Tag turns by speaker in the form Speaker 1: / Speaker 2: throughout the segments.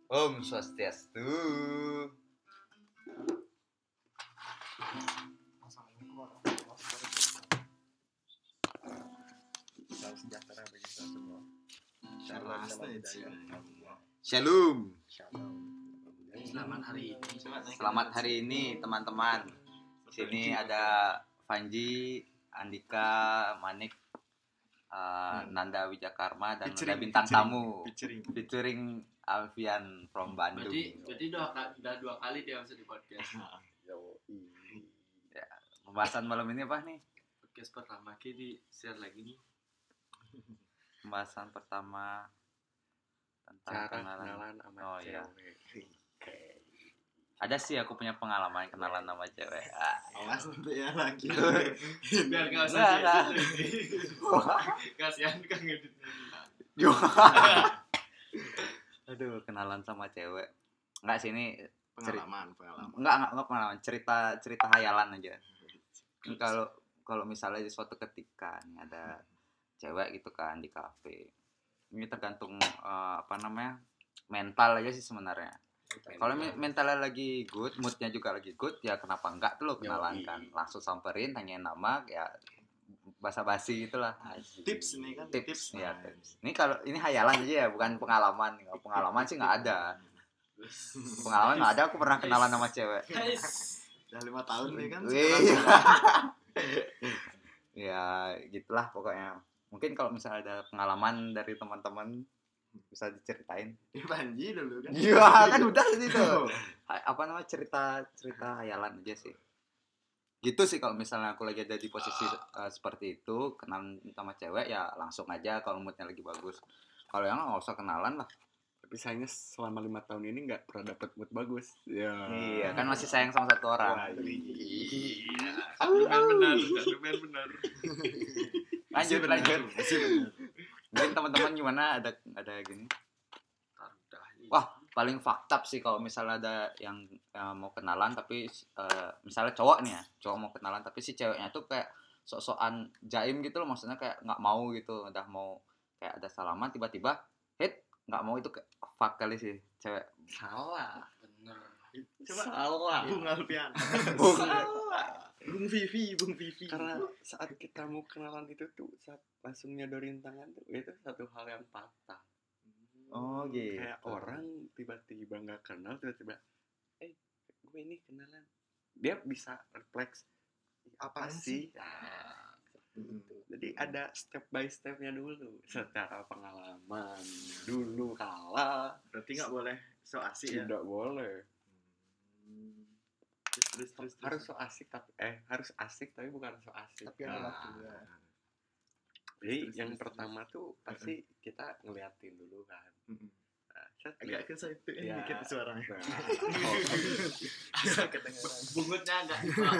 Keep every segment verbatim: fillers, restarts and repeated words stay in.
Speaker 1: Om Swastiastu.
Speaker 2: Assalamualaikum warahmatullahi wabarakatuh. Salam sejahtera bagi kita semua. Shalom nama budaya.
Speaker 1: Shalom.
Speaker 2: Shalom.
Speaker 3: Selamat hari ini.
Speaker 1: Selamat hari ini teman-teman. Di sini ada Panji, Andika, Manik, uh, Nanda Wijakarma dan ada bintang tamu
Speaker 2: Featuring.
Speaker 1: featuring Alfian from Bandung.
Speaker 3: Berarti, berarti dua, udah dua kali dia masuk di podcast.
Speaker 2: Yo,
Speaker 1: Ya, pembahasan malam ini apa nih?
Speaker 3: Podcast pertama kita di share lagi nih.
Speaker 1: Pembahasan pertama tentang
Speaker 2: cara
Speaker 1: kenalan.
Speaker 2: kenalan sama
Speaker 1: Oh, iya.
Speaker 2: cewek.
Speaker 1: Ada sih aku punya pengalaman kenalan sama cewek. Ah,
Speaker 2: Awas nanti ya lagi.
Speaker 3: Biar gak usah
Speaker 1: Enggak, enggak.
Speaker 3: kasihan kan ngeditnya.
Speaker 1: Aduh, kenalan sama cewek. Enggak sih ini
Speaker 2: Pengalaman, pengalaman.
Speaker 1: enggak enggak, enggak pengalaman, cerita cerita hayalan aja. Ini kalau kalau misalnya di suatu ketika nih ada cewek gitu kan di kafe. Ini tergantung eh, apa namanya? Mental aja sih sebenarnya. Kalau me- mentalnya lagi good, moodnya juga lagi good, ya kenapa enggak tuh lo kenalan
Speaker 2: Yoi.
Speaker 1: kan? Langsung samperin, tanyain nama, ya basa-basi gitulah.
Speaker 2: Tips ini kan
Speaker 1: Tips,
Speaker 2: tips.
Speaker 1: ya
Speaker 2: Nah,
Speaker 1: tips. Ini kalau ini hayalan aja ya, bukan pengalaman. Kalau pengalaman sih nggak ada. Pengalaman nggak ada. Aku pernah kenalan sama cewek.
Speaker 2: Udah lima tahun nih kan.
Speaker 1: Wih. Ya gitulah pokoknya. Mungkin kalau misalnya ada pengalaman dari teman-teman bisa diceritain.
Speaker 2: Ini Panji dulu kan.
Speaker 1: Iya kan udah itu. Ha- Apa namanya cerita cerita hayalan aja sih. Gitu sih kalau misalnya aku lagi ada di posisi uh, seperti itu, kenalan sama cewek ya langsung aja kalau moodnya lagi bagus. Kalau yang nggak usah kenalan lah.
Speaker 4: Tapi sayangnya selama lima tahun ini nggak pernah dapet mood bagus. Ya.
Speaker 1: Iya kan masih sayang sama satu orang.
Speaker 2: Iya.
Speaker 3: Lumayan benar, lumayan benar.
Speaker 1: Lanjut lanjut. Mungkin teman-teman gimana ada ada gini. Wah, paling fakta sih kalau misalnya ada yang uh, mau kenalan tapi uh, misalnya cowok nih ya, cowok mau kenalan tapi si ceweknya tuh kayak sok-sokan jaim gitu loh, maksudnya kayak nggak mau gitu, udah mau kayak ada salaman tiba-tiba hit nggak mau, itu kayak fuck kali sih cewek.
Speaker 2: Salah.
Speaker 3: Bener.
Speaker 2: Coba
Speaker 4: Salah.
Speaker 2: Bung Alfian.
Speaker 1: Bung.
Speaker 2: Bung Vivi, Bung Vivi.
Speaker 4: Karena saat kita mau kenalan itu tuh saat langsung nyodorin tangan tuh itu satu hal yang patah.
Speaker 1: Oh gitu.
Speaker 4: Kayak orang tiba-tiba nggak kenal tiba-tiba, eh gue ini kenalan. Dia bisa refleks apa
Speaker 2: Apaan
Speaker 4: sih?
Speaker 2: sih?
Speaker 4: Nah,
Speaker 2: Hmm.
Speaker 4: jadi ada step by stepnya dulu secara pengalaman dulu kala
Speaker 2: Berarti nggak boleh so asik ya.
Speaker 4: tidak boleh.
Speaker 2: Hmm. Terus terus terus. terus.
Speaker 4: Harus so asik tapi eh harus asik tapi bukan so asik.
Speaker 2: Tapi ada
Speaker 4: Nah,
Speaker 2: waktunya.
Speaker 4: Jadi
Speaker 2: Terus,
Speaker 4: yang
Speaker 2: terus,
Speaker 4: pertama tuh pasti kita ngeliatin dulu kan.
Speaker 2: Mm-mm.
Speaker 4: Nah, set
Speaker 2: Agak
Speaker 4: lihat.
Speaker 2: ke itu
Speaker 4: Ya.
Speaker 2: dikit suaranya.
Speaker 4: Nah,
Speaker 2: Bisa kedengeran.
Speaker 3: Bungutnya agak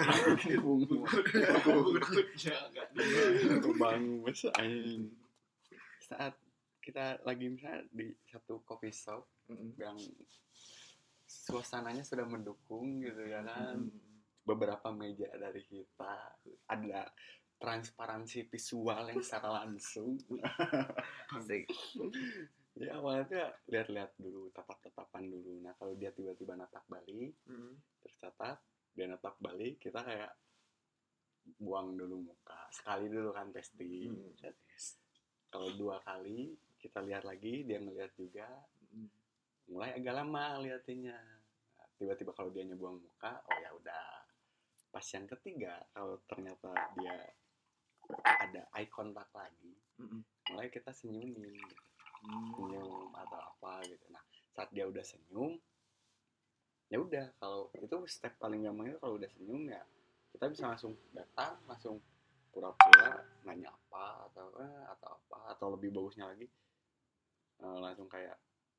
Speaker 4: oh,
Speaker 3: bungutnya agak
Speaker 4: bang bos aing. Saat kita lagi misalnya di satu coffee shop
Speaker 2: Mm-mm.
Speaker 4: yang suasananya sudah mendukung gitu ya kan.
Speaker 2: Mm-mm.
Speaker 4: Beberapa meja dari kita ada transparansi visual yang secara langsung.
Speaker 1: Asik.
Speaker 4: Ya awalnya tuh ya lihat-lihat dulu, tatap-tatapan dulu. Nah kalau dia tiba-tiba natap balik,
Speaker 2: Mm-mm.
Speaker 4: tercatat, dia natap balik, kita kayak buang dulu muka. Sekali dulu kan testing.
Speaker 2: Hmm.
Speaker 4: Kalau dua kali, kita lihat lagi, dia ngelihat juga.
Speaker 2: Mm.
Speaker 4: Mulai agak lama liatinnya. Nah, tiba-tiba kalau dia buang muka, oh ya udah. Pas yang ketiga, kalau ternyata dia ada eye contact lagi,
Speaker 2: Mm-mm.
Speaker 4: mulai kita senyumin gitu.
Speaker 2: Mm.
Speaker 4: Senyum atau apa gitu. Nah, saat dia udah senyum, ya udah kalau itu step paling gampang itu kalau udah senyum ya kita bisa langsung datang, langsung pura-pura nanya apa atau eh, atau apa atau lebih bagusnya lagi eh, langsung kayak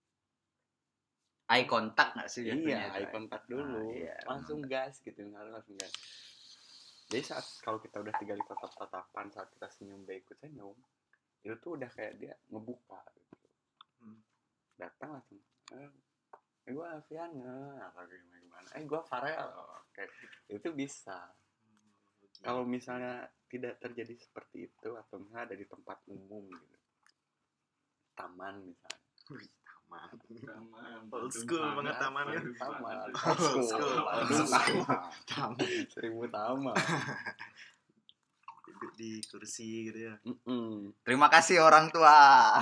Speaker 1: Eye contact nggak sih?
Speaker 4: iya
Speaker 1: jatuhnya
Speaker 4: eye
Speaker 1: itu?
Speaker 4: contact dulu,
Speaker 1: Ah, iya,
Speaker 4: langsung gas gitu, harus langsung gas. Jadi saat kalau kita udah tiga kali tatap-tatapan, saat kita senyum dia ikut senyum, itu tuh udah kayak dia ngebuka gitu.
Speaker 2: Hmm.
Speaker 4: Datang langsung eh, eh gue Alfian nggak atau gimana gimana eh gue Farel oke itu bisa. Kalau misalnya tidak terjadi seperti itu atau misalnya ada di tempat umum gitu, taman misalnya,
Speaker 2: Taman.
Speaker 3: Taman.
Speaker 2: Old school banget tamannya.
Speaker 4: Taman.
Speaker 2: Old
Speaker 4: Old
Speaker 2: school.
Speaker 4: school.
Speaker 2: Old
Speaker 4: Bandung
Speaker 2: school.
Speaker 4: Taman.
Speaker 2: Taman.
Speaker 4: Seribu taman.
Speaker 2: Duduk di kursi gitu ya.
Speaker 4: Mm-mm.
Speaker 1: Terima kasih orang tua.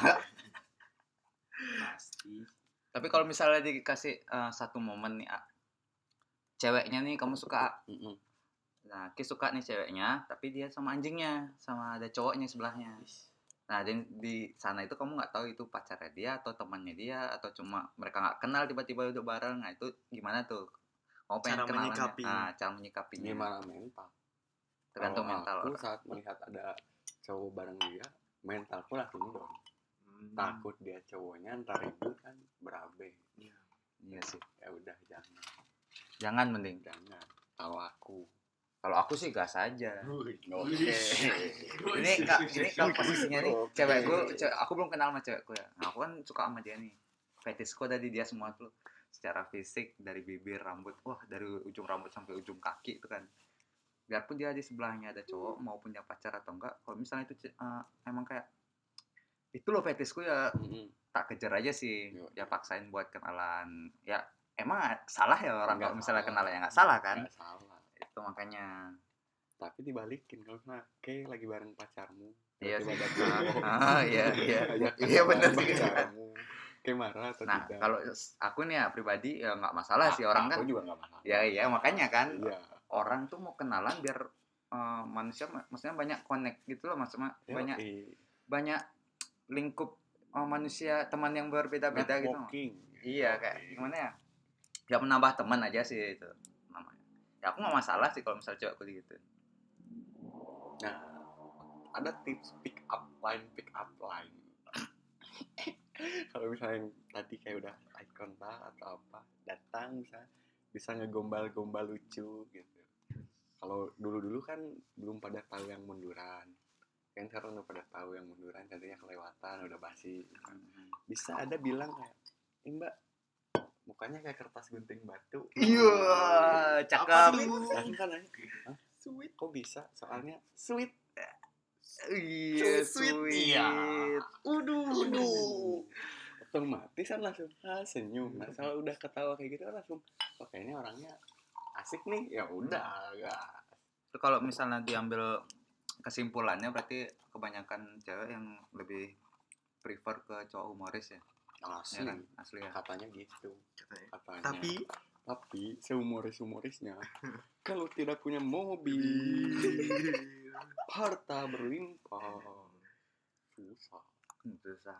Speaker 3: Pasti.
Speaker 1: Tapi kalau misalnya dikasih eh, satu momen nih, A. Ceweknya nih kamu suka,
Speaker 4: Mm-mm.
Speaker 1: nah Ki suka nih ceweknya, tapi dia sama anjingnya, sama ada cowoknya sebelahnya. Nah di, di sana itu kamu nggak tahu itu pacarnya dia atau temannya dia atau cuma mereka nggak kenal tiba-tiba duduk bareng. Nah itu gimana tuh? Kamu pengen
Speaker 2: Cara
Speaker 1: kenalannya?
Speaker 2: menyikapi.
Speaker 1: Nah, cara menyikapinya.
Speaker 4: Gimana mental?
Speaker 1: Tergantung
Speaker 4: Kalau
Speaker 1: mental
Speaker 4: aku
Speaker 1: orang.
Speaker 4: saat melihat ada cowok bareng dia, mentalku langsung down.
Speaker 2: Hmm.
Speaker 4: Takut dia cowoknya ntar ribut kan berabe.
Speaker 2: Iya.
Speaker 1: Iya sih.
Speaker 4: Ya udah jangan,
Speaker 1: Jangan mending.
Speaker 4: jangan. Kalau aku,
Speaker 1: Kalau aku sih gas aja.
Speaker 2: Wih.
Speaker 4: oke.
Speaker 1: Ini kak, ini kalau posisinya nih,
Speaker 4: Oke.
Speaker 1: cewekku, cewek, aku belum kenal sama cewekku ya. Nah, aku kan suka sama dia nih. Fetishku dari dia semua tuh, secara fisik dari bibir, rambut, wah dari ujung rambut sampai ujung kaki itu kan. Biarpun dia di sebelahnya ada cowok mau punya pacar atau enggak, kalau misalnya itu uh, emang kayak itu loh fetishku ya,
Speaker 4: Mm-mm.
Speaker 1: tak kejar aja sih.
Speaker 4: Yo.
Speaker 1: Ya paksain buat kenalan. Ya emang salah ya orang
Speaker 4: Nggak
Speaker 1: kalau misalnya
Speaker 4: salah.
Speaker 1: kenal ya nggak salah kan?
Speaker 4: Nggak salah.
Speaker 1: Itu makanya.
Speaker 4: Tapi dibalikin kalau misalnya kayak lagi bareng pacarmu.
Speaker 1: Iya sih.
Speaker 4: tiba-tiba ada cowok,
Speaker 1: Ah iya iya.
Speaker 4: ajak
Speaker 1: Iya
Speaker 4: kenalan
Speaker 1: benar sih.
Speaker 4: pacarmu. Kayak marah atau
Speaker 1: Nah,
Speaker 4: tidak?
Speaker 1: kalau aku nih ya pribadi ya nggak masalah sih orang kan.
Speaker 4: Aku juga nggak masalah.
Speaker 1: Ya iya makanya kan
Speaker 4: Iya.
Speaker 1: orang tuh mau kenalan biar uh, manusia maksudnya banyak connect gitu loh maksudnya banyak
Speaker 4: Yoi.
Speaker 1: banyak lingkup uh, manusia teman yang berbeda-beda gitu.
Speaker 4: Networking.
Speaker 1: Iya kayak gimana ya? Ya menambah teman aja sih itu namanya. Ya aku nggak masalah sih kalau misalnya cewekku gitu.
Speaker 4: Nah, ada tips pick up line, pick up line. Kalau misalnya yang tadi kayak udah eye contact atau apa, datang bisa bisa ngegombal-gombal lucu gitu. Kalau dulu-dulu kan belum pada tahu yang munduran. Kan sekarang udah pada tahu yang munduran, tadinya kelewatan, udah basi. Bisa ada bilang kayak, "Eh, Mbak, mukanya kayak kertas gunting batu."
Speaker 1: Iya,
Speaker 2: Apa
Speaker 1: cakep.
Speaker 2: tuh?
Speaker 4: Langsung kan nanya, "Hah? Sweet, kok bisa?" Soalnya sweet.
Speaker 1: Iya,
Speaker 2: Sweet,
Speaker 1: sweet.
Speaker 2: iya. Uduh, uduh.
Speaker 4: Otomatis kan langsung ah, senyum. Nah, kalau udah ketawa kayak gitu kan langsung, oh kayaknya orangnya asik nih. Ya udah, ya.
Speaker 1: Itu kalau misalnya diambil kesimpulannya berarti kebanyakan cewek yang lebih prefer ke cowok humoris ya.
Speaker 4: Asli.
Speaker 1: Ya kan? Asli ya.
Speaker 4: Katanya gitu.
Speaker 2: Katanya.
Speaker 4: Katanya.
Speaker 2: Tapi
Speaker 4: tapi sehumoris-humorisnya kalau tidak punya mobil, harta berlimpah, susah.
Speaker 1: Susah.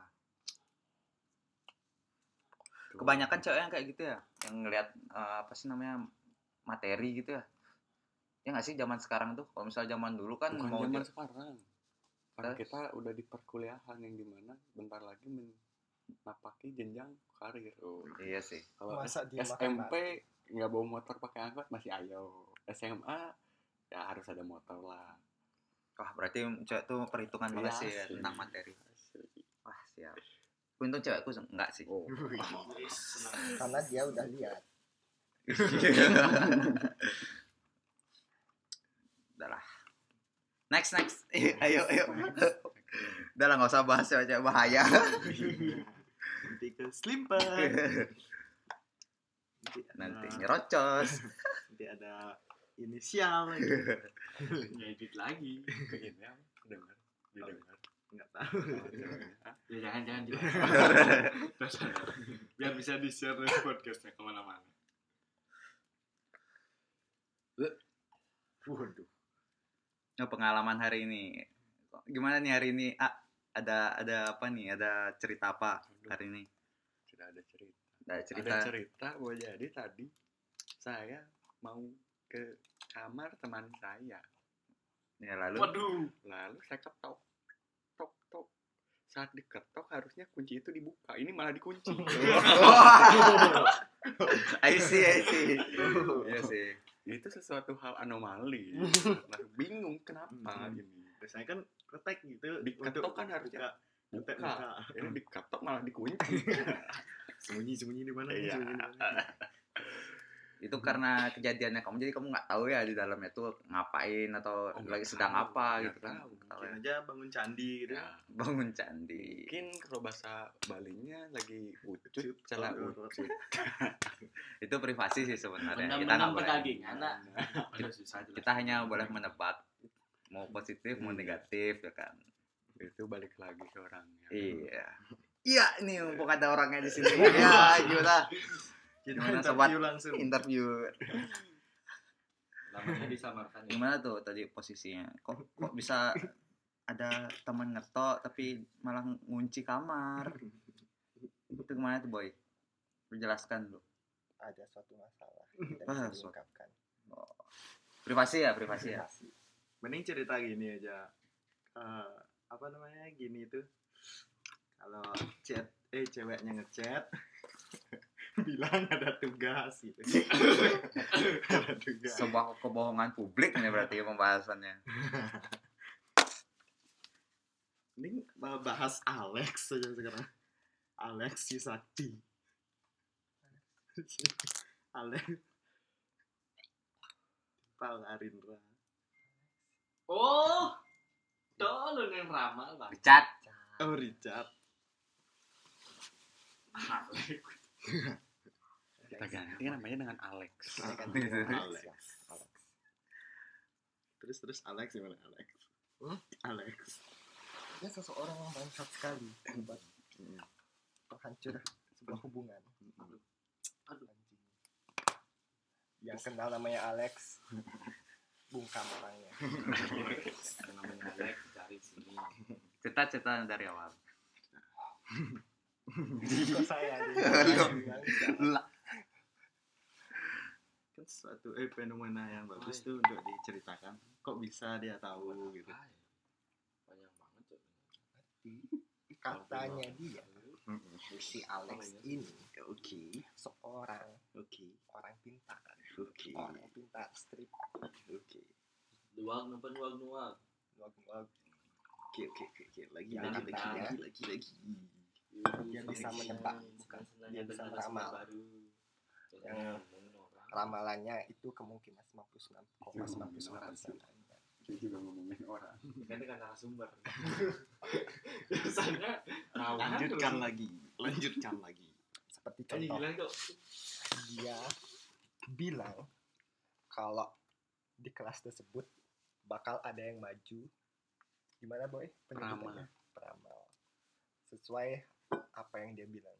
Speaker 1: Kebanyakan cewek yang kayak gitu ya, yang ngelihat uh, apa sih namanya materi gitu ya. Ya nggak sih zaman sekarang tuh. Kalau misalnya zaman dulu kan
Speaker 4: Bukan
Speaker 1: mau
Speaker 4: zaman
Speaker 1: dia-
Speaker 4: sekarang. Karena
Speaker 1: Terus?
Speaker 4: kita udah di perkuliahan yang dimana bentar lagi menapaki jenjang karir. Oh.
Speaker 1: Iya sih.
Speaker 4: Kalau
Speaker 5: Masa dia
Speaker 4: S
Speaker 5: makan
Speaker 4: M P nggak bawa motor pakai angkot masih ayo. S M A ya harus ada motor lah.
Speaker 1: Wah berarti cewek tuh perhitungan
Speaker 4: Iya,
Speaker 1: banget sih ya
Speaker 4: asli.
Speaker 1: tentang materi.
Speaker 4: Asli.
Speaker 1: Wah siap. Untung cewekku enggak sih.
Speaker 4: Oh.
Speaker 5: Karena dia udah lihat.
Speaker 1: Udah lah. Next next. ayo ayo. Udah lah nggak usah bahas cewek bahaya.
Speaker 2: nanti ke slimper.
Speaker 1: Nanti nyerocos.
Speaker 2: Nanti ada inisial lagi.
Speaker 3: Ngedit lagi.
Speaker 4: Kayaknya dengar, didengar.
Speaker 2: Enggak tahu.
Speaker 4: Hah?
Speaker 3: Ya jangan jangan jangan. Biar bisa di share podcastnya kemana-mana.
Speaker 2: Waduh.
Speaker 1: Nah, pengalaman hari ini. Gimana nih hari ini? Ah, ada ada apa nih? Ada cerita apa hari ini?
Speaker 4: Sudah ada cerita.
Speaker 1: Ada cerita.
Speaker 4: Ada cerita bahwa jadi tadi saya mau ke kamar teman saya.
Speaker 1: Ya lalu.
Speaker 3: Waduh.
Speaker 4: Lalu saya ketok, tok tok. Saat diketok harusnya kunci itu dibuka. Ini malah dikunci.
Speaker 1: I see, I see. Iya sih.
Speaker 4: Itu sesuatu hal anomali. Lalu bingung kenapa
Speaker 2: Hmm.
Speaker 4: ini.
Speaker 2: Biasanya kan ketek gitu.
Speaker 4: Diketok
Speaker 2: untuk
Speaker 4: kan harusnya
Speaker 2: buka. Ketek
Speaker 4: buka.
Speaker 2: buka.
Speaker 4: Ini diketok malah dikunci.
Speaker 2: Sembunyi-sembunyi di mana?
Speaker 4: Iya.
Speaker 2: Sembunyi di mana?
Speaker 1: Itu karena kejadiannya kamu, jadi kamu nggak tahu ya di dalamnya tuh ngapain atau
Speaker 4: Oh,
Speaker 1: lagi
Speaker 4: nggak
Speaker 1: sedang
Speaker 4: tahu,
Speaker 1: apa
Speaker 4: nggak
Speaker 1: gitu kan.
Speaker 4: tahu.
Speaker 1: Nggak tahu
Speaker 3: Mungkin
Speaker 1: ya.
Speaker 3: aja bangun candi gitu.
Speaker 4: Ya,
Speaker 1: Bangun candi.
Speaker 4: mungkin kalau bahasa Balinya lagi ucut,
Speaker 3: Ucut,
Speaker 4: salah
Speaker 3: oh,
Speaker 4: ucut.
Speaker 1: Itu privasi sih sebenarnya. Kita nggak
Speaker 3: Benda-benda
Speaker 1: boleh.
Speaker 3: pedagingan, nak. Aduh, susah jelas.
Speaker 1: Kita hanya boleh menebak mau positif mau
Speaker 4: Iya.
Speaker 1: negatif ya kan.
Speaker 4: Itu balik lagi ke orangnya.
Speaker 1: Iya. Iya, ini mumpung ada orangnya di sini. Ya, gimana?
Speaker 3: Kita
Speaker 1: Gimana sobat?
Speaker 3: interview langsung.
Speaker 1: Interview.
Speaker 3: Namanya disamarkan.
Speaker 1: Gimana tuh tadi posisinya? Kok kok bisa ada teman ngetok tapi malah ngunci kamar? Itu gimana tuh, Boy? Berjelaskan dulu.
Speaker 5: Ada suatu masalah tidak
Speaker 1: Ah,
Speaker 5: bisa
Speaker 1: suatu-
Speaker 5: diungkapkan.
Speaker 1: Privasi ya, privasi ya.
Speaker 5: Privasi.
Speaker 3: Mending cerita gini aja. Eh, apa namanya gini tuh? Kalau chat, eh ceweknya ngechat, bilang ada tugas gitu. Ada tugas.
Speaker 1: Sebuah kebohongan publik nih berarti pembahasannya.
Speaker 3: Mending bahas Alex saja sekarang. Alex si Sakti. Alex. Pal Arindra. Oh, tolong yang ramal bang.
Speaker 1: Dicat.
Speaker 3: Oh Richard.
Speaker 4: Kita ganti namanya dengan Alex.
Speaker 5: Saya kan
Speaker 3: Alex.
Speaker 5: Alex. Alex.
Speaker 3: Terus terus Alex gimana Alex?
Speaker 5: Hmm?
Speaker 3: Alex.
Speaker 5: Dia seseorang yang bangsat sekali hebat
Speaker 3: Hmm.
Speaker 5: penghancur sebuah hubungan.
Speaker 3: Aduh.
Speaker 5: Anjing. Yang kenal namanya Alex bungkam orangnya.
Speaker 3: Namanya Alex dari sini.
Speaker 1: Cerita-cerita dari awal.
Speaker 5: Kok saya
Speaker 1: Lah.
Speaker 3: Kan suatu eh fenomena yang bagus tuh untuk diceritakan. Kok bisa dia tahu gitu?
Speaker 2: Banyak banget tuh.
Speaker 5: katanya dia
Speaker 3: Mm-mm.
Speaker 5: si Alex ini
Speaker 3: Oke,
Speaker 5: seorang
Speaker 3: oke,
Speaker 5: orang pintar,
Speaker 3: oke,
Speaker 5: orang pintar strip,
Speaker 3: oke,
Speaker 2: Duang numpang duang nuang.
Speaker 5: nuag-nuag.
Speaker 3: oke, oke, oke, oke. Lagi,
Speaker 5: Ya,
Speaker 3: lagi,
Speaker 5: kita-
Speaker 3: lagi, lagi, lagi, lagi.
Speaker 5: Dia bisa menebak, bukan dia bisa meramal. Yang ramalannya itu kemungkinan sembilan puluh sembilan koma sembilan puluh sembilan persen.
Speaker 4: Dia juga ngomongin orang.
Speaker 2: Kan dengan narasumber.
Speaker 3: Biasanya lanjutkan lagi, lanjutkan lagi.
Speaker 5: Seperti
Speaker 2: Kan
Speaker 5: contoh,
Speaker 2: bilang kok.
Speaker 5: dia bilang kalau di kelas tersebut bakal ada yang maju. Gimana boy? Penyebutannya? Peramal. Sesuai apa yang dia bilang.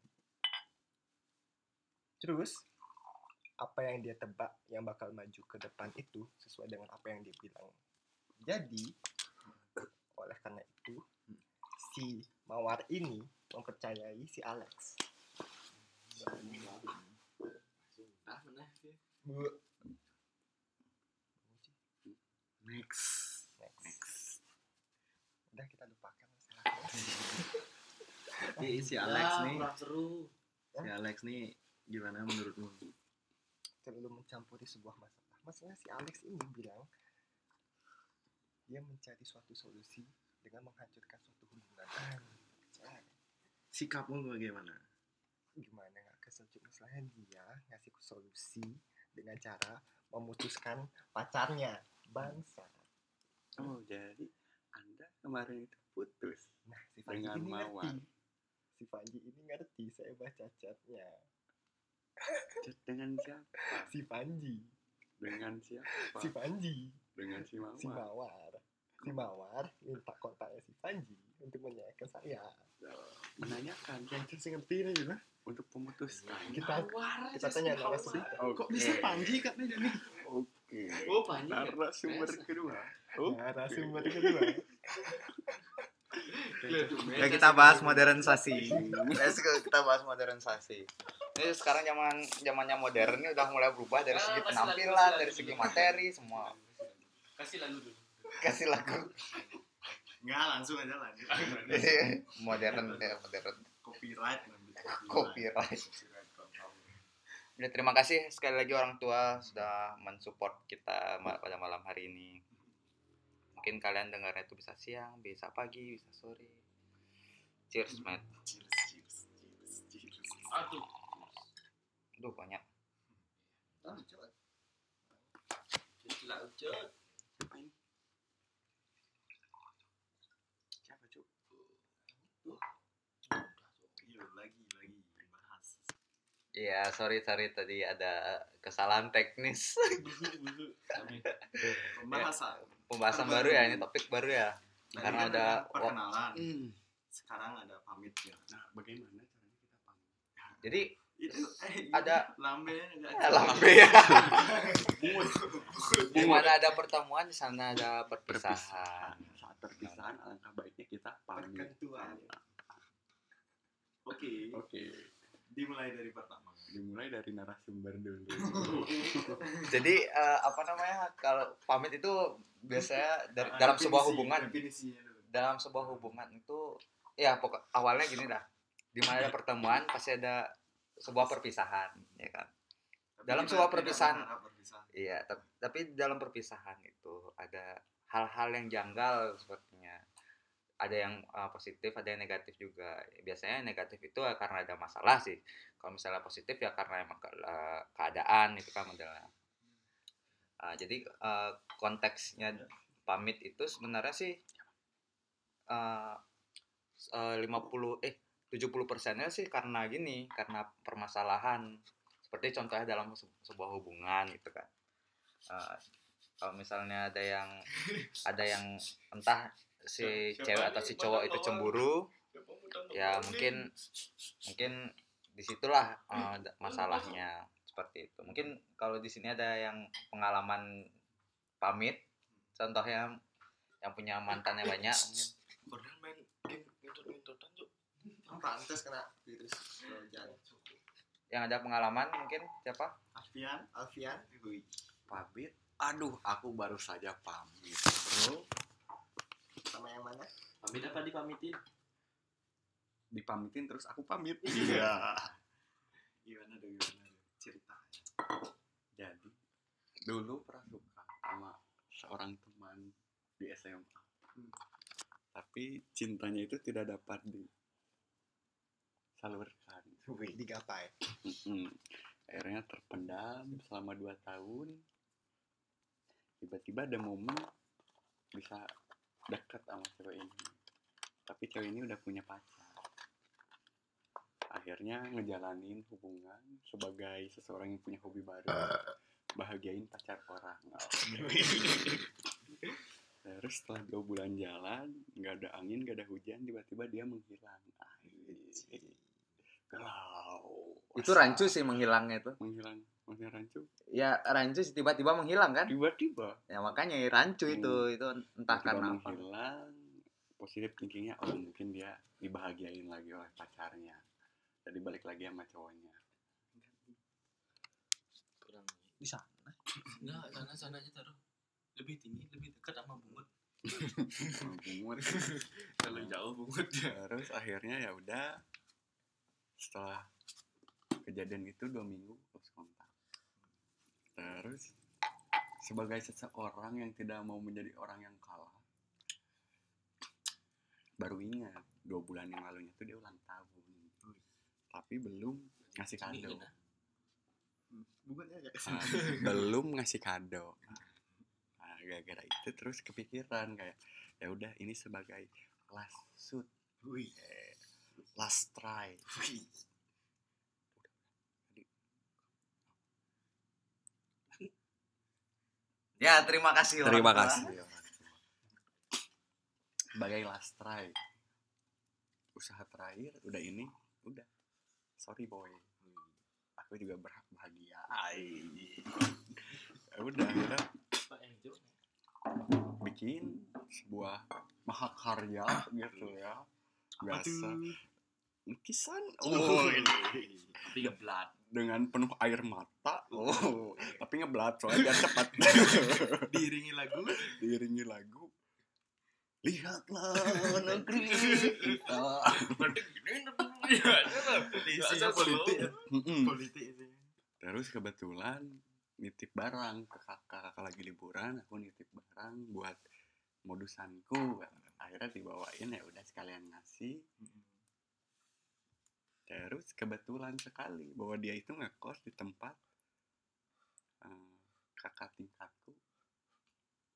Speaker 5: Terus apa yang dia tebak yang bakal maju ke depan itu sesuai dengan apa yang dia bilang. Jadi oleh karena itu si Mawar ini mempercayai si Alex.
Speaker 2: Ah, mana sih?
Speaker 3: Next,
Speaker 5: Next.
Speaker 3: next.
Speaker 5: Udah kita lupakan masalahnya.
Speaker 3: Jadi si Alex
Speaker 2: Ya,
Speaker 3: nih,
Speaker 2: kurang seru.
Speaker 3: si Alex nih gimana menurutmu?
Speaker 5: Terlalu mencampuri sebuah masalah. Masalah si Alex ini bilang dia mencari suatu solusi dengan menghancurkan suatu hubungan. Anjay.
Speaker 3: Sikapmu bagaimana?
Speaker 5: Gimana nggak kesel, cuma masalahnya dia ngasih solusi dengan cara memutuskan pacarnya. Bangsa.
Speaker 4: Oh, jadi Anda kemarin itu putus.
Speaker 5: Nah, si Panji
Speaker 4: Dengan
Speaker 5: ini
Speaker 4: Mawar.
Speaker 5: ngerti. Si Panji ini ngerti, saya baca chatnya.
Speaker 4: Chat dengan siapa?
Speaker 5: Si Panji,
Speaker 4: Dengan siapa?
Speaker 5: si Panji,
Speaker 4: Dengan si Mawar.
Speaker 5: si Mawar. Si Mawar minta kontaknya si Panji untuk menanyakan saya.
Speaker 4: Menanyakan
Speaker 3: Yang saya ngerti ini gimana?
Speaker 4: untuk memutuskan.
Speaker 5: Kita kita tanya narasumber.
Speaker 3: Kok bisa Panji katanya jadi?
Speaker 4: Oke.
Speaker 2: Oh, banyak.
Speaker 4: Narasumber kedua.
Speaker 5: Narasumber kedua.
Speaker 1: Ya kita bahas modernisasi. Let's go, kita bahas modernisasi. Ini sekarang zaman zamannya modern ini udah mulai berubah dari segi penampilan, dari segi materi semua.
Speaker 2: Kasih lagu dulu.
Speaker 1: Kasih lagu
Speaker 3: Enggak, langsung aja lanjut.
Speaker 1: modern ya modern.
Speaker 3: Copyright.
Speaker 1: Copyright. Ya, terima kasih sekali lagi orang tua sudah mensupport kita ma- pada malam hari ini. Mungkin kalian dengarnya itu bisa siang, bisa pagi, bisa sore. Cheers, mate.
Speaker 3: Cheers, cheers, cheers, cheers.
Speaker 2: Aduh.
Speaker 1: Aduh, banyak.
Speaker 5: Ah, coba
Speaker 2: bacot.
Speaker 4: Ngapain? Siapa cu?
Speaker 3: Iya, lagi lagi bahas.
Speaker 1: Iya, sorry sorry tadi ada kesalahan teknis.
Speaker 3: Pembahasan.
Speaker 1: Pembahasan baru ya, ini topik baru ya.
Speaker 3: Tadi
Speaker 1: Karena
Speaker 3: kan
Speaker 1: ada
Speaker 3: perkenalan.
Speaker 4: Hmm.
Speaker 3: Sekarang ada pamit ya.
Speaker 4: Nah, bagaimana caranya kita pamit?
Speaker 1: Jadi
Speaker 3: Itu eh,
Speaker 1: Ada-
Speaker 3: lambe enggak?
Speaker 1: ya, lambe ya.
Speaker 4: Bungut.
Speaker 1: Di mana ada pertemuan, di sana ada perpisahan.
Speaker 4: Saat perpisahan, alangkah baiknya kita pamit.
Speaker 3: Perkentuan. Oke,
Speaker 4: Oke,
Speaker 3: dimulai dari pertama.
Speaker 4: dimulai dari narasumber dulu.
Speaker 1: Jadi eh, apa namanya? Kalau pamit itu biasanya dari,
Speaker 3: Ah,
Speaker 1: dalam
Speaker 3: definisi,
Speaker 1: sebuah hubungan,
Speaker 3: Definisinya dulu.
Speaker 1: dalam sebuah hubungan itu ya pokok awalnya gini dah. Di mana ada pertemuan pasti ada sebuah perpisahan, ya kan?
Speaker 3: Tapi
Speaker 1: Dalam
Speaker 3: kita
Speaker 1: sebuah
Speaker 3: tidak
Speaker 1: perpisahan.
Speaker 3: berharap perpisahan.
Speaker 1: Iya, tapi, tapi dalam perpisahan itu ada hal-hal yang janggal sepertinya. Ada yang uh, positif, ada yang negatif juga. Biasanya negatif itu uh, karena ada masalah sih. Kalau misalnya positif ya karena emang ke- uh, keadaan itu kan modelnya. Uh, jadi uh, konteksnya pamit itu sebenarnya sih uh, uh, lima puluh eh tujuh puluh persennya sih karena gini, karena permasalahan. Seperti contohnya dalam se- sebuah hubungan gitu kan. Uh, kalau misalnya ada yang ada yang entah si cewek atau si cowok itu cemburu, ya mungkin mungkin disitulah uh, da- masalahnya seperti itu. Mungkin kalau di sini ada yang pengalaman pamit, contohnya yang punya mantannya banyak.
Speaker 2: Kordan main game ngintut-ngintutan cuk. Pantes kena virus. Oh, jangan.
Speaker 1: Yang ada pengalaman mungkin siapa?
Speaker 3: Alfian,
Speaker 2: Alfian,
Speaker 3: Hui.
Speaker 4: Pamit? Aduh, aku baru saja pamit, bro.
Speaker 2: sama yang mana?
Speaker 3: Pamit apa dipamitin?
Speaker 4: Dipamitin terus aku pamit. Iya.
Speaker 3: Gimana dong, gimana dong? Cerita.
Speaker 4: Jadi, dulu pernah suka sama seorang teman di S M A. Tapi cintanya itu tidak dapat disalurkan.
Speaker 5: Wih, digapai.
Speaker 4: Mm-mm. Akhirnya terpendam selama dua tahun. Tiba-tiba ada momen bisa dekat sama cewek ini. Tapi cewek ini udah punya pacar. Akhirnya ngejalanin hubungan sebagai seseorang yang punya hobi baru. Bahagiain pacar orang. Terus setelah dua bulan jalan, nggak ada angin, nggak ada hujan, tiba-tiba dia menghilang. Galau.
Speaker 1: Itu rancu sih menghilangnya itu.
Speaker 4: Menghilang, menghilang rancu.
Speaker 1: Ya rancu sih tiba-tiba menghilang kan?
Speaker 4: Tiba-tiba.
Speaker 1: Ya makanya rancu itu
Speaker 4: Hmm.
Speaker 1: itu entah
Speaker 4: Tiba-tiba
Speaker 1: karena apa.
Speaker 4: menghilang. Positif thinkingnya, oh mungkin dia dibahagiain lagi oleh pacarnya. Jadi balik lagi sama cowoknya.
Speaker 2: Kurang.
Speaker 5: Di sana.
Speaker 2: Enggak, sana sananya taruh. Lebih tinggi, lebih dekat sama bungut.
Speaker 4: Sama bungut.
Speaker 2: Kalau jauh bungut ya.
Speaker 4: Terus akhirnya ya udah. Setelah kejadian itu dua minggu terus kontak. Terus sebagai seseorang yang tidak mau menjadi orang yang kalah, baru ingat dua bulan yang lalunya tuh dia ulang tahun, tapi belum ngasih kado.
Speaker 3: Bungetnya agak
Speaker 4: Nah, belum ngasih kado. Nah, gara-gara itu terus kepikiran kayak ya udah ini sebagai last shoot,
Speaker 3: Hui.
Speaker 4: eh, last try.
Speaker 3: Hui.
Speaker 1: Ya terima kasih.
Speaker 4: Terima
Speaker 1: orang tua.
Speaker 4: kasih. Sebagai last try, usaha terakhir udah ini, udah. Sorry boy, aku juga berhak bahagia. Ay. Ya udah kita
Speaker 2: Pak Enjo.
Speaker 4: bikin sebuah mahakarya gitu ya.
Speaker 3: Apa
Speaker 4: Biasa
Speaker 3: tuh?
Speaker 4: lukisan.
Speaker 3: Oh,
Speaker 4: Oh,
Speaker 3: ini.
Speaker 2: Tapi ngeblat.
Speaker 4: dengan penuh air mata. Oh, tapi ngeblat soalnya biar cepat.
Speaker 3: Diiringi lagu.
Speaker 4: Diiringi lagu. Lihatlah negeri kita.
Speaker 3: Isinya politik.
Speaker 4: Mm-mm.
Speaker 3: Politik itu.
Speaker 4: Terus kebetulan nitip barang ke kakak, kakak lagi liburan, aku nitip barang buat modusanku. Akhirnya dibawain, ya udah sekalian ngasih. Terus kebetulan sekali bahwa dia itu ngekos di tempat uh, kakak tingkatku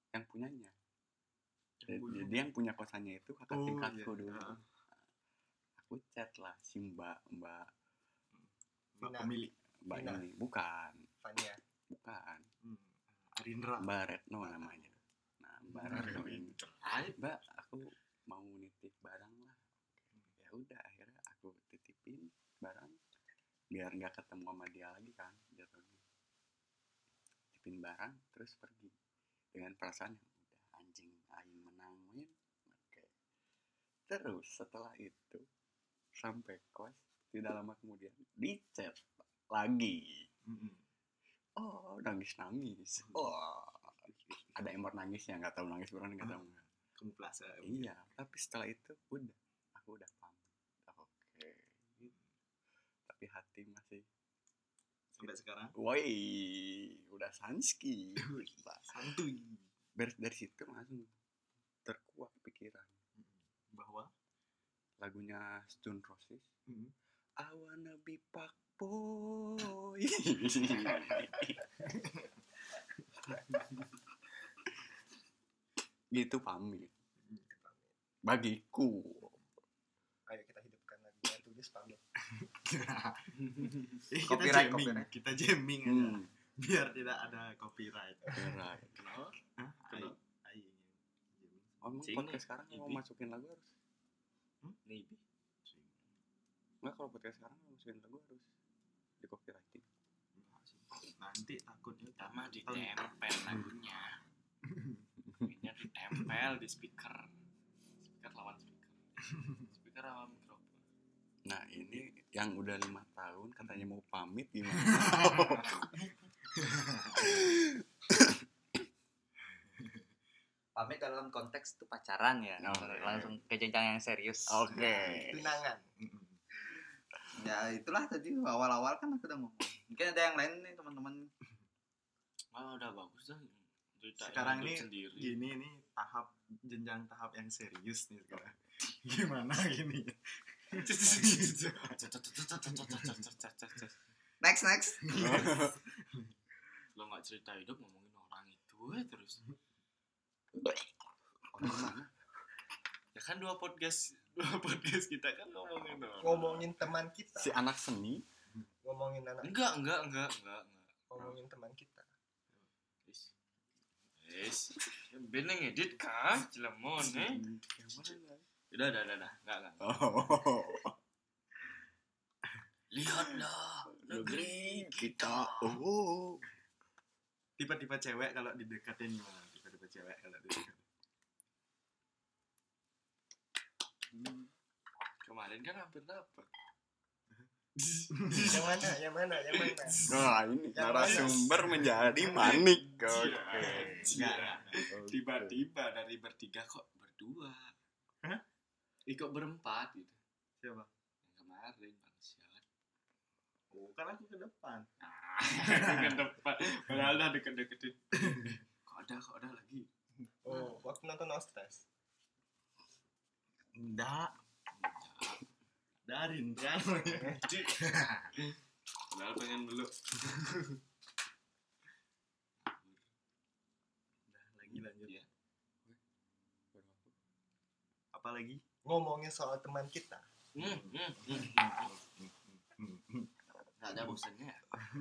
Speaker 4: yang punyanya.
Speaker 2: Yang punya.
Speaker 4: Jadi yang punya kosannya itu kakak
Speaker 2: Oh,
Speaker 4: tingkatku
Speaker 2: iya.
Speaker 4: dulu.
Speaker 2: Ah.
Speaker 4: Aku chat lah si mbak mbak
Speaker 2: Mbak
Speaker 5: Vina.
Speaker 2: pemilik.
Speaker 4: mbak
Speaker 5: Vina.
Speaker 4: ini bukan
Speaker 5: Fania.
Speaker 4: bukan
Speaker 2: Hmm. Arindra.
Speaker 4: Mbak Retno namanya. Nah Mbak Retno ini, Mbak aku mau nitip barang lah. Ya udah akhirnya aku titipin barang biar nggak ketemu sama dia lagi kan jatuhnya. Titipin barang terus pergi dengan perasaan yang udah anjing aing menangin. Oke. Terus setelah itu sampai kos tidak lama kemudian di chat lagi.
Speaker 2: Mm-mm.
Speaker 4: Oh nangis nangis. Oh ada emot nangisnya nggak tahu nangis beneran nggak tahu.
Speaker 2: Kamuflase.
Speaker 4: Iya tapi setelah itu udah aku udah pamit. Oke. Tapi hati masih
Speaker 2: Sampai sekarang.
Speaker 4: woi udah sanski.
Speaker 2: Santuy.
Speaker 4: Dari, dari situ langsung terkuak pikiran
Speaker 2: Bahwa.
Speaker 4: lagunya Stone Roses
Speaker 2: Mm.
Speaker 4: I wanna be Pak Boy. Gitu pamit bagiku.
Speaker 5: Ayo kita hidupkan lagunya tulis pamit.
Speaker 2: Eh, kita
Speaker 1: Copyright,
Speaker 2: jamming.
Speaker 1: copyright.
Speaker 2: Kita jamming aja.
Speaker 4: Hmm,
Speaker 2: Biar tidak ada copyright.
Speaker 4: berat.
Speaker 2: Kenapa? Hah?
Speaker 3: Kenapa?
Speaker 2: Aing.
Speaker 4: Emang
Speaker 3: Cing,
Speaker 4: podcast sekarang mau
Speaker 3: ini.
Speaker 4: masukin lagu harus
Speaker 3: Nih,
Speaker 4: nggak? Kalau podcast sekarang mau masukin lagu harus di copyrighting.
Speaker 2: Nanti takutnya
Speaker 3: sama ditempel lagunya. Lagunya ditempel di speaker. Speaker lawan speaker. Speaker lawan mikrofon.
Speaker 4: Nah ini yang udah lima tahun katanya mau pamit gimana?
Speaker 1: Pamit dalam konteks itu pacaran ya.
Speaker 4: Oke.
Speaker 1: Langsung ke jenjang yang serius.
Speaker 4: Oke.
Speaker 5: Tunangan.
Speaker 1: Ya itulah tadi awal-awal kan aku udah ngomong. Mungkin ada yang lain nih teman-teman.
Speaker 3: Oh, udah bagus dah. Ceritain
Speaker 2: Sekarang
Speaker 3: hidup
Speaker 2: nih
Speaker 3: sendiri.
Speaker 2: gini nih tahap jenjang tahap yang serius nih sekarang. Gimana gini?
Speaker 1: Next next.
Speaker 3: Lo nggak cerita hidup ngomongin orang itu eh, terus.
Speaker 4: Orang mana?
Speaker 3: Ya kan dua podcast dua podcast kita kan ngomongin orang.
Speaker 5: Ngomongin teman kita.
Speaker 4: Si anak seni.
Speaker 5: Ngomongin anak.
Speaker 3: Enggak, enggak, enggak, enggak, enggak.
Speaker 5: Ngomongin teman kita.
Speaker 3: Wis. Wis. Beneng edit kah? Cilemon eh.
Speaker 4: Yang mana?
Speaker 3: Udah, udah, udah, udah. Enggak, enggak.
Speaker 4: Oh.
Speaker 3: Lihatlah negeri kita.
Speaker 4: Oh.
Speaker 2: Tipe-tipe cewek kalau didekatin gimana? Tipe-tipe cewek kalau didekatin.
Speaker 3: Kemarin kan hampir dapet.
Speaker 5: Yang mana? Yang mana? Yang mana?
Speaker 4: Nah ini
Speaker 5: Yang
Speaker 4: narasumber menjadi manik. Oke.
Speaker 3: Iya. Tiba-tiba dari bertiga kok berdua.
Speaker 2: Hah?
Speaker 3: Ih, kok berempat gitu.
Speaker 2: Siapa?
Speaker 3: Yang kemarin bangsat.
Speaker 2: Oh, kan aku ke depan.
Speaker 3: Ah, ke depan. Padahal udah deket-deketin. Kok ada, kok ada lagi.
Speaker 5: Oh, waktu nonton No Stress.
Speaker 2: Enggak.
Speaker 3: Enggak.
Speaker 2: Darin kan.
Speaker 3: Cik. Padahal pengen dulu.
Speaker 2: Udah lagi lanjut.
Speaker 3: Iya.
Speaker 2: Apa lagi?
Speaker 5: Ngomongin soal teman kita.
Speaker 3: Hmm, hmm, hmm. Nggak ada bosannya.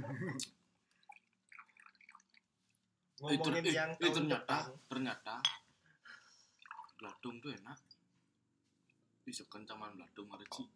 Speaker 5: Ngomongin
Speaker 3: eh,
Speaker 5: yang
Speaker 3: eh,
Speaker 5: tahun
Speaker 3: ternyata,
Speaker 5: depan.
Speaker 3: ternyata Bladung tuh enak. Bisa kencaman Bladung Mareci.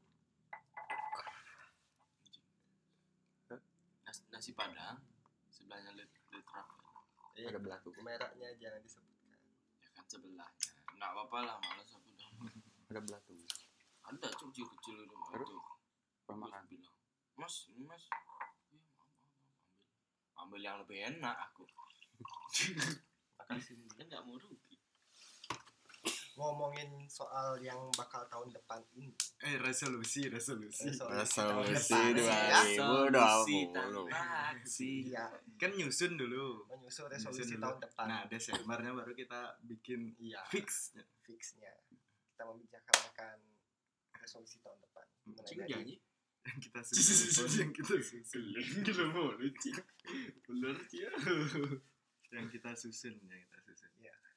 Speaker 3: Nas, nasi Padang sebelahnya Litra.
Speaker 5: Eh,
Speaker 4: Ada belatung.
Speaker 5: mereknya jangan disebutkan.
Speaker 3: Ya kan sebelahnya. Nggak apa-apa lah, malas aku udah.
Speaker 4: Ada belatung.
Speaker 3: Ada kecil-kecil itu.
Speaker 4: Terus?
Speaker 3: Itu.
Speaker 4: Apa
Speaker 3: Terus
Speaker 4: makan?
Speaker 3: bilang, Mas, ini mas. Iya, mau, mau, mau. Ambil. Ambil yang lebih enak aku.
Speaker 5: Makasih.
Speaker 3: Kan nggak mau rugi.
Speaker 5: Ngomongin soal yang bakal tahun depan ini.
Speaker 2: Eh, resolusi, resolusi.
Speaker 4: Resolusi
Speaker 5: tahun
Speaker 4: dua
Speaker 5: depan.
Speaker 4: ribu dua
Speaker 3: Solusi
Speaker 4: puluh.
Speaker 3: tanpa aksi.
Speaker 5: Iya,
Speaker 2: Kan nyusun dulu.
Speaker 5: menyusul resolusi
Speaker 2: Nyusun dulu.
Speaker 5: tahun depan.
Speaker 2: Nah, Desembernya baru kita bikin
Speaker 5: Iya,
Speaker 2: fix.
Speaker 5: fixnya. Kita membicarakan resolusi tahun depan. Mulai
Speaker 3: Cing
Speaker 5: dari
Speaker 3: janji.
Speaker 2: Yang kita susun. Yang kita susun.
Speaker 3: Gila mau lucu. Bener dia.
Speaker 2: Yang kita susun, yang kita susun.
Speaker 5: Iya.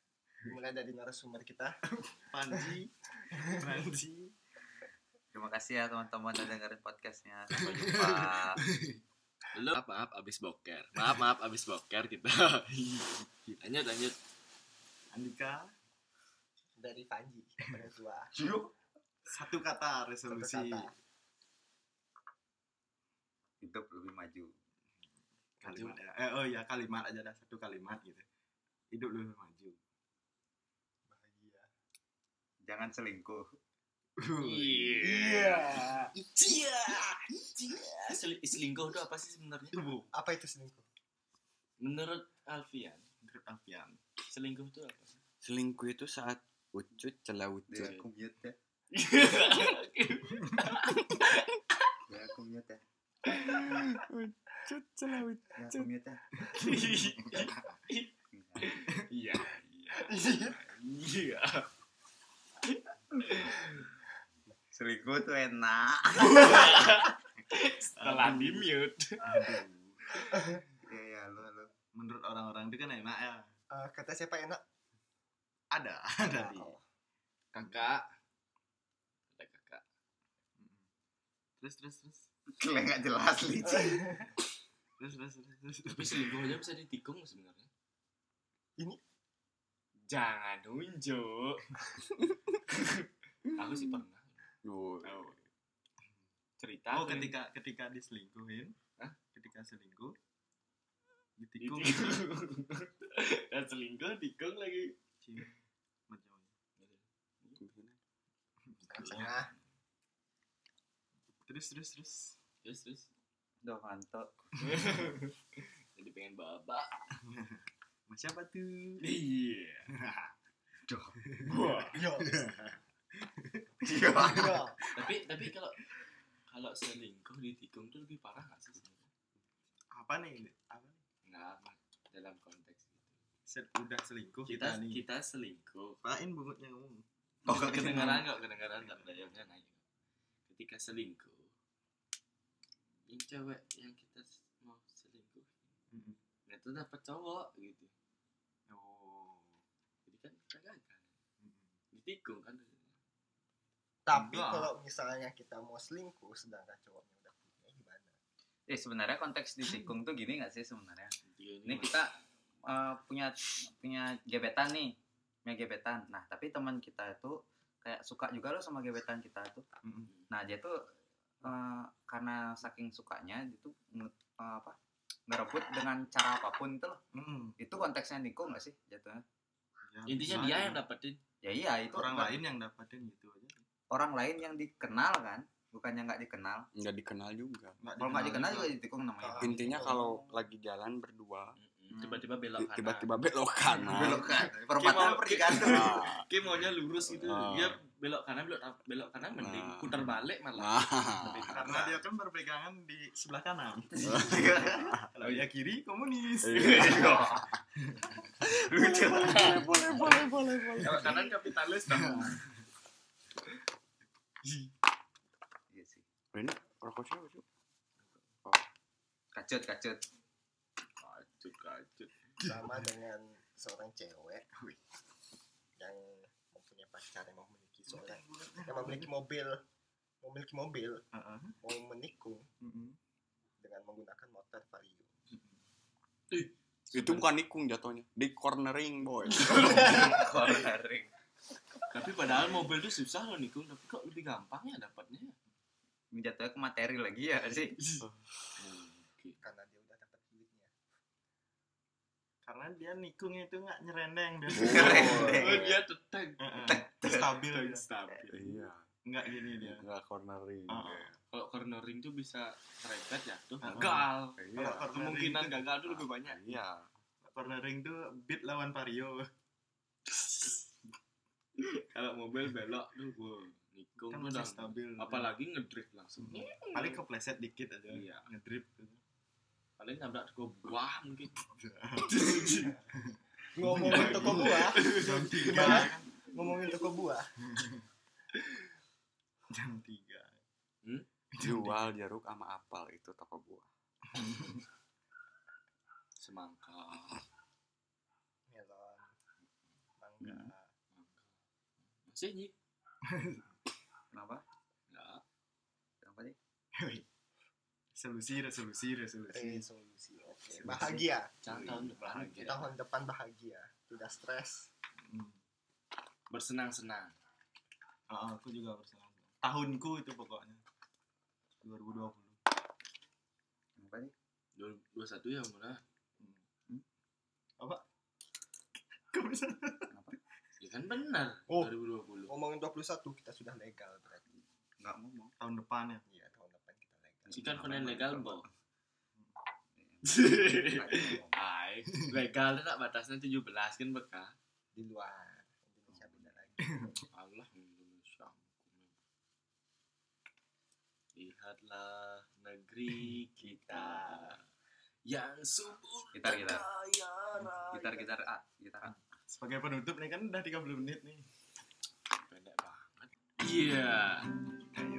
Speaker 5: Mulai dari narasumber kita.
Speaker 3: Panji, Panji.
Speaker 1: Terima kasih ya teman-teman udah dengerin podcastnya. Sampai jumpa.
Speaker 2: Lu maaf, maaf abis boker. Maaf, maaf abis boker kita. Lanjut, lanjut.
Speaker 3: Andika,
Speaker 5: Dari Panji, paling tua.
Speaker 3: satu kata
Speaker 5: Satu
Speaker 3: resolusi.
Speaker 5: kata.
Speaker 1: Hidup lebih maju.
Speaker 3: Kalimat ya. Eh, oh ya kalimat aja dah, satu kalimat gitu. Hidup lebih maju.
Speaker 5: Bahagia.
Speaker 1: Jangan selingkuh.
Speaker 2: Iya. Iya. Iya. Sel- Selingkuh itu apa sih sebenarnya?
Speaker 3: Tubuh.
Speaker 5: Apa itu selingkuh?
Speaker 2: Menurut Alfian,
Speaker 3: Menurut Alfian.
Speaker 2: selingkuh itu apa sih?
Speaker 4: Selingkuh itu saat ucut celah
Speaker 1: Dia
Speaker 4: ucut.
Speaker 1: aku mute ya. Dia aku mute ya.
Speaker 4: Ucut celah ucut.
Speaker 1: Dia aku mute ya.
Speaker 2: Iya, iya. Iya.
Speaker 1: Selingkuh tuh enak.
Speaker 2: Setelah di mute.
Speaker 3: Aduh.
Speaker 1: Iya ya lu lu.
Speaker 3: Menurut orang-orang itu kan enak ya.
Speaker 5: Eh, kata siapa enak?
Speaker 3: Ada, ada di.
Speaker 5: Oh.
Speaker 2: Kakak. Ada kakak.
Speaker 3: Terus terus terus.
Speaker 1: Kayak nggak jelas nih.
Speaker 3: Terus terus terus. terus.
Speaker 2: Tapi selingkuh aja bisa ditikung sebenarnya.
Speaker 5: Ini?
Speaker 2: Jangan nunjuk. Aku sih pernah.
Speaker 4: Oh,
Speaker 2: Oh. Cerita.
Speaker 3: Oh,
Speaker 2: aku nih.
Speaker 3: ketika ketika diselingkuhin,
Speaker 2: Hah?
Speaker 3: ketika selingkuh, ditikung.
Speaker 2: Ditikung. Dan selingkuh tikung lagi.
Speaker 3: Cing. Macam
Speaker 5: Setengah.
Speaker 3: terus terus terus.
Speaker 2: Terus terus.
Speaker 1: Duh ngantuk.
Speaker 2: Jadi pengen babak.
Speaker 3: Mas siapa tuh?
Speaker 2: Iya.
Speaker 1: Duh.
Speaker 2: Wah.
Speaker 5: Yo.
Speaker 1: Iya.
Speaker 5: Yo.
Speaker 2: Tapi tapi kalau kalau selingkuh ditikung tuh lebih parah nggak sih sebenarnya?
Speaker 3: Apa nih? Apa?
Speaker 2: Nggak dalam konteks itu.
Speaker 3: Sel- udah selingkuh
Speaker 2: Kita
Speaker 3: kita, nih.
Speaker 2: kita selingkuh.
Speaker 3: Pain bungutnya ngomong.
Speaker 1: Oh,
Speaker 2: kedengaran nggak kedengaran nggak dayangnya naik. Ketika selingkuh, yang cewek yang kita mau selingkuh
Speaker 3: Mm-mm.
Speaker 2: itu dapat cowok gitu.
Speaker 3: Oh.
Speaker 2: Jadi kan kagak kan
Speaker 3: Mm-mm.
Speaker 2: ditikung kan.
Speaker 5: Tapi
Speaker 3: Enggak.
Speaker 5: kalau misalnya kita mau selingkuh sedangkan cowoknya udah punya gimana?
Speaker 1: Eh sebenarnya konteks ditikung tuh gini nggak sih sebenarnya?
Speaker 2: Ini
Speaker 1: Ini kita eh, punya punya gebetan nih, punya gebetan. Nah tapi teman kita itu kayak suka juga loh sama gebetan kita tuh.
Speaker 3: Mm-mm.
Speaker 1: Nah dia tuh eh, karena saking sukanya dia tuh nge- eh, apa ngerebut dengan cara apapun itu loh.
Speaker 3: Mm-mm.
Speaker 1: Itu konteksnya nikung nggak sih jatuhnya?
Speaker 3: Ya,
Speaker 2: intinya
Speaker 3: bisa
Speaker 2: dia
Speaker 3: ya.
Speaker 2: yang dapetin.
Speaker 1: Ya iya itu
Speaker 3: orang
Speaker 1: nggak-
Speaker 3: lain yang dapatin gitu aja.
Speaker 1: orang lain yang dikenal kan, bukannya nggak dikenal.
Speaker 4: nggak dikenal juga.
Speaker 1: Kalau nggak dikenal juga ditikung namanya.
Speaker 5: Ah.
Speaker 4: Intinya kalau lagi jalan berdua,
Speaker 2: Mm-mm. Tiba-tiba belok kanan.
Speaker 4: tiba-tiba belok kanan.
Speaker 1: Belok kan, perempatan
Speaker 2: Kim-
Speaker 1: pernikahan tuh.
Speaker 4: Nah,
Speaker 2: Kim maunya lurus gitu.
Speaker 4: Ah.
Speaker 2: Dia belok kanan belok belok kanan mending
Speaker 4: Nah.
Speaker 2: putar balik malah.
Speaker 4: nah.
Speaker 3: Karena dia kan berpegangan di sebelah kanan. Kalau dia kiri komunis.
Speaker 1: Lucu.
Speaker 4: boleh, boleh, boleh, boleh, boleh.
Speaker 2: Kalau kanan kapitalis dong.
Speaker 1: Iya sih.
Speaker 4: Ini rokok siapa sih?
Speaker 1: Kacut, kacut.
Speaker 2: Kacut kacut.
Speaker 5: Sama dengan seorang cewek yang mempunyai pacar yang mau memiliki seorang yang memiliki mobil memiliki mobil
Speaker 3: Heeh.
Speaker 5: mau menikung
Speaker 3: Mm-mm.
Speaker 5: dengan menggunakan motor Vario.
Speaker 4: Itu bukan nikung jatuhnya, di cornering boy.
Speaker 1: Cornering.
Speaker 2: Tapi padahal mobil tuh susah loh nikung, tapi kok lebih gampang ya dapatnya.
Speaker 1: Jatuhnya ke materi lagi ya sih.
Speaker 5: Karena dia udah dapat duitnya.
Speaker 3: Karena dia nikung itu nggak nyerendeng dia.
Speaker 2: Oh, dia teteng.
Speaker 3: Heeh. Stabil dia.
Speaker 2: Stabil.
Speaker 4: Iya,
Speaker 3: Nggak gini dia.
Speaker 4: nggak cornering.
Speaker 3: Ah.
Speaker 2: Kalau cornering tuh bisa serempet jatuh,
Speaker 3: Ah.
Speaker 2: gagal.
Speaker 4: Iya,
Speaker 3: Kalau
Speaker 2: Kemungkinan gagal tuh lebih banyak.
Speaker 4: iya.
Speaker 3: cornering tuh beat lawan Vario.
Speaker 2: Kalau mobil belok tuh, wow, nikung
Speaker 3: Kan
Speaker 2: tuh
Speaker 3: masih
Speaker 2: udah.
Speaker 3: stabil.
Speaker 2: Apalagi ngedrift langsung.
Speaker 3: Paling kepleset dikit aja.
Speaker 2: Iya.
Speaker 3: Ngedrip.
Speaker 2: Paling nabrak ke buah mungkin.
Speaker 5: Ngomongin toko buah,
Speaker 3: Jam tiga.
Speaker 5: gimana? Ngomongin toko buah.
Speaker 3: Jam tiga.
Speaker 4: Jual jeruk sama apel itu toko buah.
Speaker 2: Semangka.
Speaker 5: Melon, mangga.
Speaker 2: Sini.
Speaker 1: Kenapa?
Speaker 2: Enggak.
Speaker 1: Kenapa sih?
Speaker 3: Resolusi, resolusi, resolusi.
Speaker 5: Resolusi. Oke. Bahagia.
Speaker 2: Jangan tahun depan.
Speaker 5: Di tahun depan bahagia, tidak stres.
Speaker 3: Hmm.
Speaker 2: Bersenang-senang.
Speaker 3: Ah, aku juga bersenang. Tahunku itu pokoknya dua ribu dua puluh.
Speaker 1: Kenapa sih?
Speaker 2: dua ribu dua puluh satu ya mana?
Speaker 3: Apa? Kok bisa?
Speaker 1: Kenapa?
Speaker 2: Ya kan benar.
Speaker 5: Oh.
Speaker 2: dua ribu dua puluh.
Speaker 5: Ngomongin dua puluh satu kita sudah legal berarti.
Speaker 1: Nggak ngomong.
Speaker 3: Tahun depan ya.
Speaker 5: Iya, tahun depan kita legal.
Speaker 2: Jika konen legal bo.
Speaker 1: Nggak ngomong.
Speaker 2: Ay, legal tak batasnya tujuh belas kan beka.
Speaker 5: Di luar Indonesia beda lagi.
Speaker 2: Allah Indonesia. Lihatlah negeri kita yang subur
Speaker 1: Gitar, gitar.
Speaker 2: kaya raya.
Speaker 1: Gitar, gitar A, gitar A.
Speaker 3: Sebagai penutup nih kan udah tiga puluh menit nih.
Speaker 2: Pendek banget. Iya.
Speaker 3: Ayo.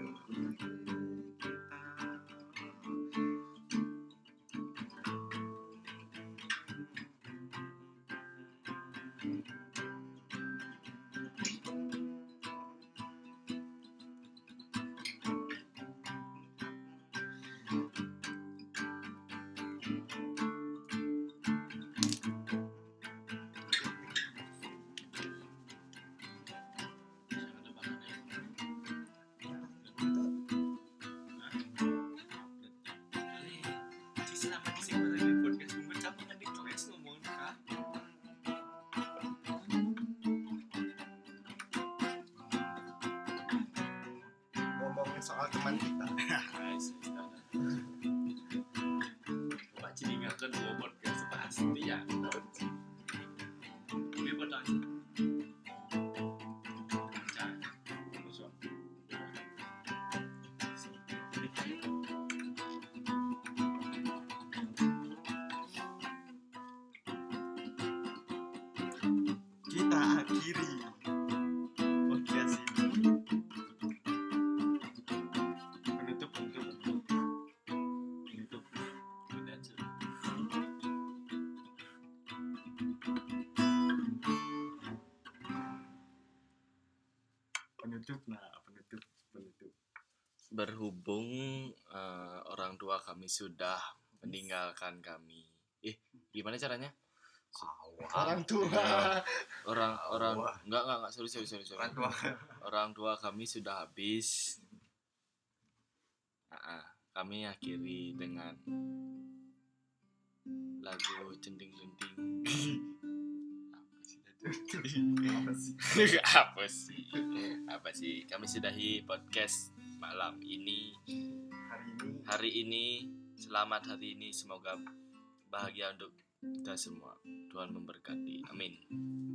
Speaker 5: Ngomongin soal teman kita.
Speaker 2: Bapak cilingan kedua podcast pasti ya. Ini potong.
Speaker 3: Kita akhiri podcast ini. Penutup, penutup, penutup.
Speaker 2: Udah cuy.
Speaker 3: Penutup, nah penutup, penutup.
Speaker 2: Berhubung eh, orang tua kami sudah meninggalkan kami. Eh, gimana caranya?
Speaker 5: Orang tua.
Speaker 2: Orang orang
Speaker 1: Wah.
Speaker 2: enggak enggak enggak sorry sorry sorry. sorry.
Speaker 1: Orang tua.
Speaker 2: Orang tua kami sudah habis. Nah, kami akhiri dengan lagu centing-centing. Apa sih? Apa sih? Apa sih? Kami sudahi podcast malam ini.
Speaker 3: Hari ini
Speaker 2: Hari ini selamat hari ini, semoga bahagia untuk kita semua. Tuhan memberkati. Amin.